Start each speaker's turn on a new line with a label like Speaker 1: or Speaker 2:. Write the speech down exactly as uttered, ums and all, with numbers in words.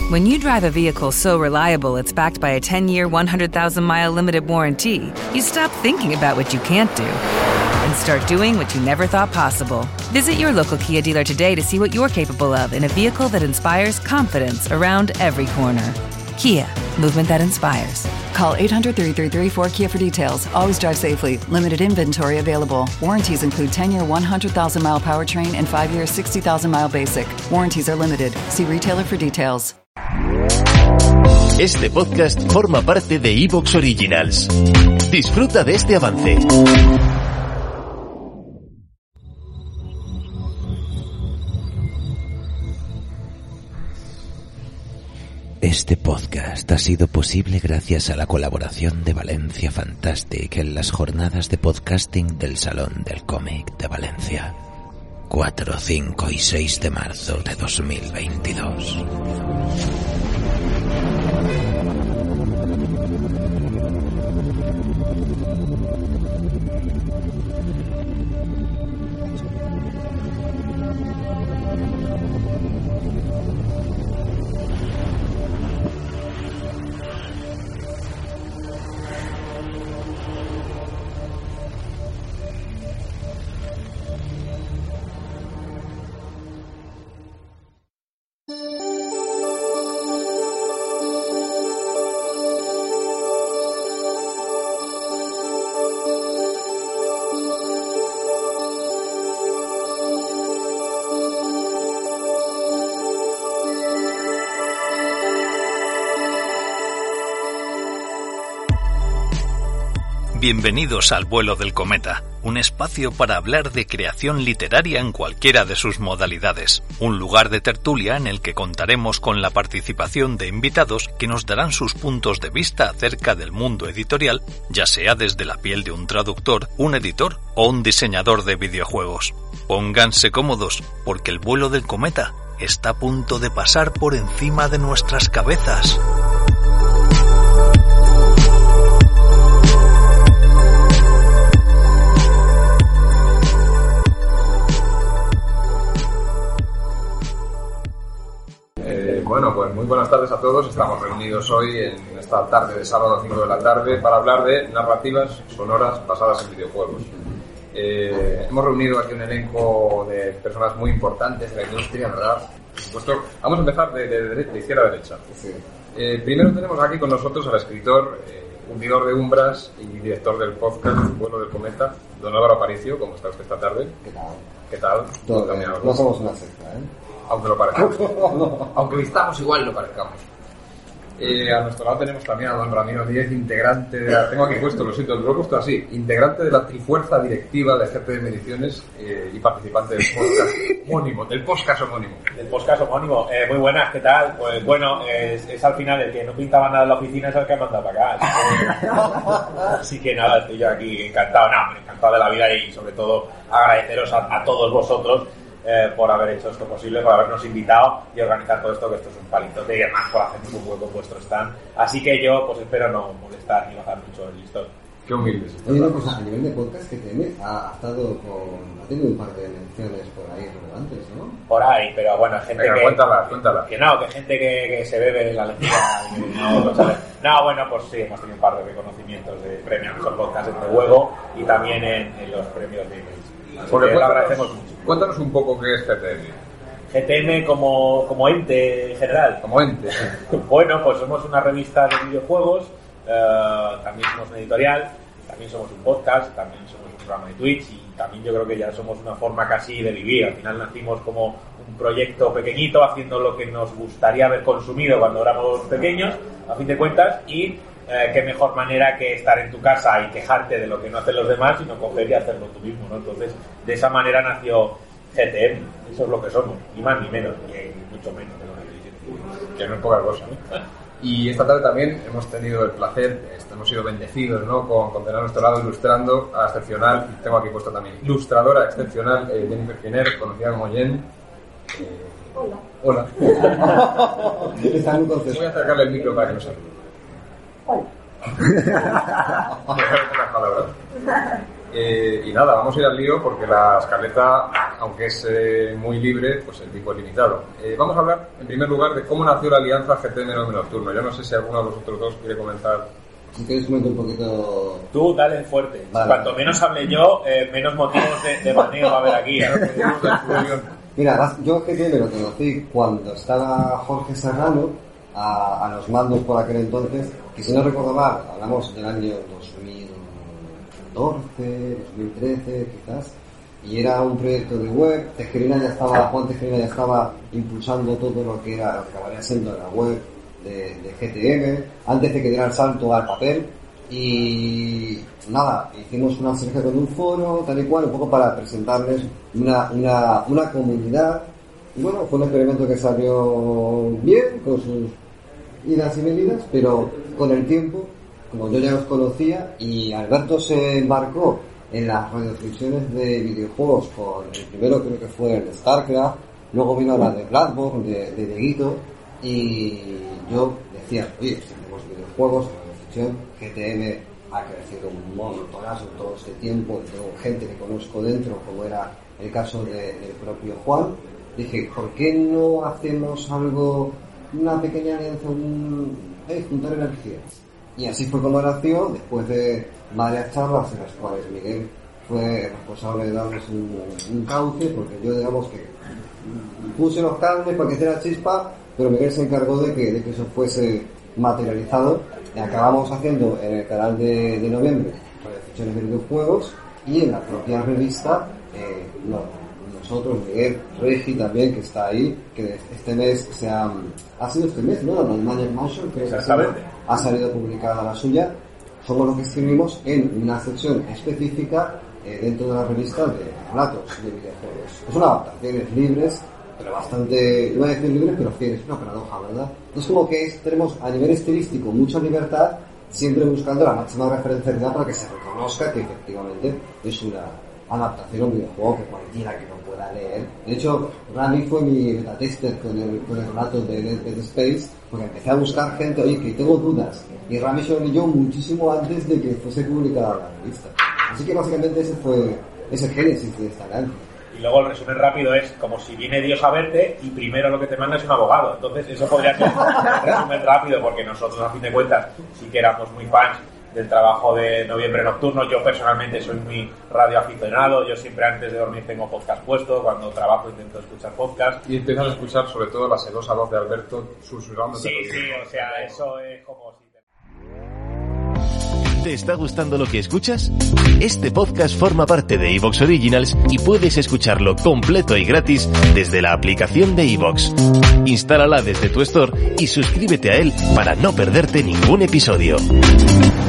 Speaker 1: When you drive a vehicle so reliable it's backed by a ten-year, one hundred thousand mile limited warranty, you stop thinking about what you can't do and start doing what you never thought possible. Visit your local Kia dealer today to see what you're capable of in a vehicle that inspires confidence around every corner. Kia, movement that inspires.
Speaker 2: Call eight hundred, three three three, four K I A for details. Always drive safely. Limited inventory available. Warranties include ten-year, one hundred thousand mile powertrain and five-year, sixty thousand mile basic. Warranties are limited. See retailer for details.
Speaker 3: Este podcast forma parte de iVoox Originals. Disfruta de este avance. Este podcast ha sido posible gracias a la colaboración de Valencia Fantastic en las jornadas de podcasting del Salón del Cómic de Valencia. cuatro, cinco y seis de marzo de dos mil veintidós.
Speaker 4: Bienvenidos al Vuelo del Cometa, un espacio para hablar de creación literaria en cualquiera de sus modalidades, un lugar de tertulia en el que contaremos con la participación de invitados que nos darán sus puntos de vista acerca del mundo editorial, ya sea desde la piel de un traductor, un editor o un diseñador de videojuegos. Pónganse cómodos, porque el vuelo del cometa está a punto de pasar por encima de nuestras cabezas.
Speaker 5: Bueno, pues muy buenas tardes a todos. Estamos reunidos hoy en esta tarde de sábado cinco de la tarde para hablar de narrativas sonoras basadas en videojuegos. Eh, hemos reunido aquí un elenco de personas muy importantes de la industria, ¿verdad? Por supuesto, vamos a empezar de, de, de, de izquierda a derecha. Sí. Eh, primero tenemos aquí con nosotros al escritor, eh, hundidor de umbras y director del podcast Vuelo del Cometa, don Álvaro Aparicio. ¿Cómo está usted esta tarde?
Speaker 6: ¿Qué tal?
Speaker 5: ¿Qué tal?
Speaker 6: Todo bien. No somos una secta, ¿eh?
Speaker 5: Aunque lo parezcamos. Aunque vistamos igual lo parezcamos. Eh, a nuestro lado tenemos también a don Ramiro Díez, integrante de la... Tengo aquí puesto, lo siento, lo he puesto así. Integrante de la trifuerza directiva de G P M Ediciones eh, y participante del podcast homónimo, del podcast homónimo.
Speaker 7: Del podcast homónimo. Eh, muy buenas, ¿qué tal? Pues bueno, es, es al final el que no pintaba nada en la oficina es el que ha mandado para acá. Así que, así que nada, estoy yo aquí encantado, no, encantado de la vida y sobre todo agradeceros a, a todos vosotros Eh, por haber hecho esto posible, por habernos invitado y organizar todo esto, que esto es un palitote y además por hacer un hueco en vuestro stand. Así que yo pues espero no molestar ni bajar mucho el listón.
Speaker 5: Qué humildes.
Speaker 6: Oye, una cosa, a nivel de podcast, G T M ha, ha estado con... ha tenido un par de menciones por ahí relevantes, ¿no?
Speaker 7: Por ahí, pero bueno, gente
Speaker 5: Venga,
Speaker 7: que...
Speaker 5: cuéntala, cuéntala.
Speaker 7: Que no, que gente que, que se bebe la lectura y no, no, sabe. No, bueno, pues sí, hemos tenido un par de reconocimientos de premios Mejor Podcast en juego y también en, en los premios de emails. Así
Speaker 5: Porque
Speaker 7: que lo agradecemos mucho.
Speaker 5: Cuéntanos un poco qué es G T M.
Speaker 7: G T M como, como ente general.
Speaker 5: Como ente.
Speaker 7: Bueno, pues somos una revista de videojuegos, eh, también somos una editorial, también somos un podcast, también somos un programa de Twitch y también yo creo que ya somos una forma casi de vivir. Al final nacimos como un proyecto pequeñito haciendo lo que nos gustaría haber consumido cuando éramos pequeños, a fin de cuentas, y Eh, qué mejor manera que estar en tu casa y quejarte de lo que no hacen los demás, sino coger y hacerlo tú mismo, ¿no? Entonces, de esa manera nació G T M. Eso es lo que somos, ni más ni menos, ni mucho menos de lo que estoy diciendo.
Speaker 5: Que no es poca cosa, ¿no? Y esta tarde también hemos tenido el placer, hemos sido bendecidos, ¿no?, con, con tener a nuestro lado ilustrando a excepcional, tengo aquí puesto también, ilustradora excepcional, eh, Jennifer Giner, conocida como Jen. Eh,
Speaker 8: hola.
Speaker 5: Hola. Voy a acercarle el micro para que no se...
Speaker 8: Hola.
Speaker 5: Eh, y nada, vamos a ir al lío porque la escaleta, aunque es eh, muy libre, pues el tiempo es limitado. Eh, vamos a hablar, en primer lugar, de cómo nació la alianza G T M Noviembre Nocturno. Yo no sé si alguno de vosotros dos quiere comentar.
Speaker 6: Si queréis comentar un poquito...
Speaker 7: Tú, dale fuerte. Vale. Cuanto menos hable yo, eh, menos motivos de, de baneo va a haber aquí. ¿eh?
Speaker 6: Mira, yo G T M lo conocí cuando estaba Jorge Serrano a, a los mandos por aquel entonces, que si no recuerdo mal, hablamos del año dos mil catorce, dos mil trece quizás, y era un proyecto de web. Tejerina ya estaba, Juan Tejerina ya estaba impulsando todo lo que era, lo que acabaría siendo la web de, de G T M, antes de que diera el salto al papel. Y nada, hicimos una sinergia con un foro, tal y cual, un poco para presentarles una, una, una comunidad. Y bueno, fue un experimento que salió bien, con sus idas y venidas, pero con el tiempo, como yo ya los conocía, y Alberto se embarcó en las radiodifusiones de videojuegos con el primero, creo que fue el de StarCraft, luego vino la de Bloodborne, de, de Dieguito, y yo decía, oye, si tenemos videojuegos, radiodifusión, G T M ha crecido un montonazo en todo este tiempo, tengo gente que conozco dentro, como era el caso de, del propio Juan. Dije, ¿por qué no hacemos algo, una pequeña alianza, un, eh, juntar energías? Y así fue como nació, después de varias charlas en las cuales Miguel fue responsable de darles un, un cauce, porque yo digamos que puse los cables para que hiciera chispa, pero Miguel se encargó de que, de que eso fuese materializado, y acabamos haciendo en el canal de, de noviembre radiodifusiones de videojuegos, y en la propia revista, eh, no, nosotros, Miguel, Regi también, que está ahí, que este mes se ha, ha sido este mes, ¿no? La Magic Mansion, creo que ha salido publicada la suya. Somos los que escribimos en una sección específica eh, dentro de la revista de relatos de videojuegos. Es una adaptaciones libres, pero bastante, iba a decir libres, pero fieles, una paradoja, ¿verdad? Es como que es, tenemos a nivel estilístico mucha libertad, siempre buscando la máxima referencialidad para que se reconozca que efectivamente es una adaptación a un videojuego que cualquiera que no pueda leer. De hecho, Rami fue mi beta tester con el, con el relato de Dead Space, porque empecé a buscar gente, oye, que tengo dudas, y Rami se lo leyó muchísimo antes de que fuese publicada la revista. Así que básicamente ese fue ese génesis de esta alianza.
Speaker 7: Y luego el resumen rápido es como si viene Dios a verte y primero lo que te manda es un abogado. Entonces eso podría ser un resumen rápido, porque nosotros a fin de cuentas sí que éramos muy fans del trabajo de Noviembre Nocturno. Yo personalmente soy muy radioaficionado, yo siempre antes de dormir tengo podcast puesto, cuando trabajo intento escuchar podcast.
Speaker 5: Y empiezas a escuchar sobre todo la sedosa voz de Alberto susurrando.
Speaker 7: Sí, sí, o sea, eso es como si...
Speaker 8: ¿Te está gustando lo que escuchas? Este podcast forma parte de iVoox Originals y puedes escucharlo completo y gratis desde la aplicación de iVoox. Instálala desde tu store y suscríbete a él para no perderte ningún episodio.